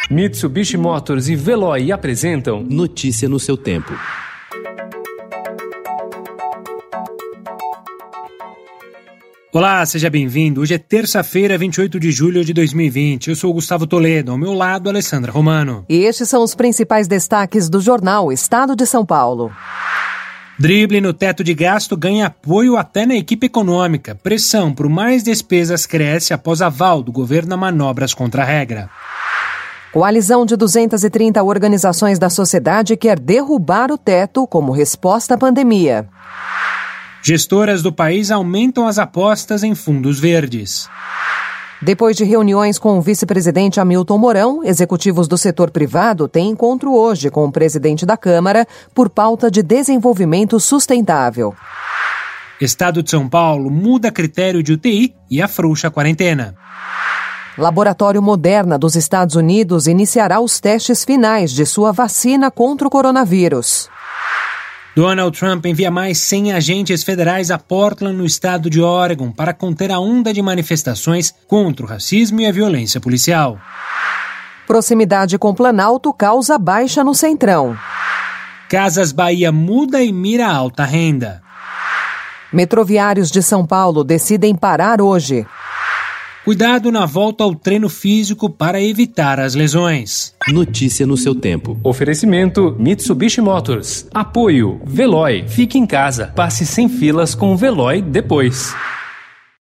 Mitsubishi Motors e Veloy apresentam Notícia no seu tempo. Olá, seja bem-vindo. Hoje é terça-feira, 28 de julho de 2020. Eu sou o Gustavo Toledo, ao meu lado, Alessandra Romano. E estes são os principais destaques do jornal Estado de São Paulo. Drible no teto de gasto ganha apoio até na equipe econômica. Pressão por mais despesas cresce após aval do governo a manobras contra a regra. Coalizão de 230 organizações da sociedade quer derrubar o teto como resposta à pandemia. Gestoras do país aumentam as apostas em fundos verdes. Depois de reuniões com o vice-presidente Hamilton Mourão, executivos do setor privado têm encontro hoje com o presidente da Câmara por pauta de desenvolvimento sustentável. Estado de São Paulo muda critério de UTI e afrouxa a quarentena. Laboratório Moderna dos Estados Unidos iniciará os testes finais de sua vacina contra o coronavírus. Donald Trump envia mais 100 agentes federais a Portland, no estado de Oregon, para conter a onda de manifestações contra o racismo e a violência policial. Proximidade com Planalto causa baixa no Centrão. Casas Bahia muda e mira alta renda. Metroviários de São Paulo decidem parar hoje. Cuidado na volta ao treino físico para evitar as lesões. Notícia no seu tempo. Oferecimento Mitsubishi Motors. Apoio Veloy. Fique em casa. Passe sem filas com o Veloy depois.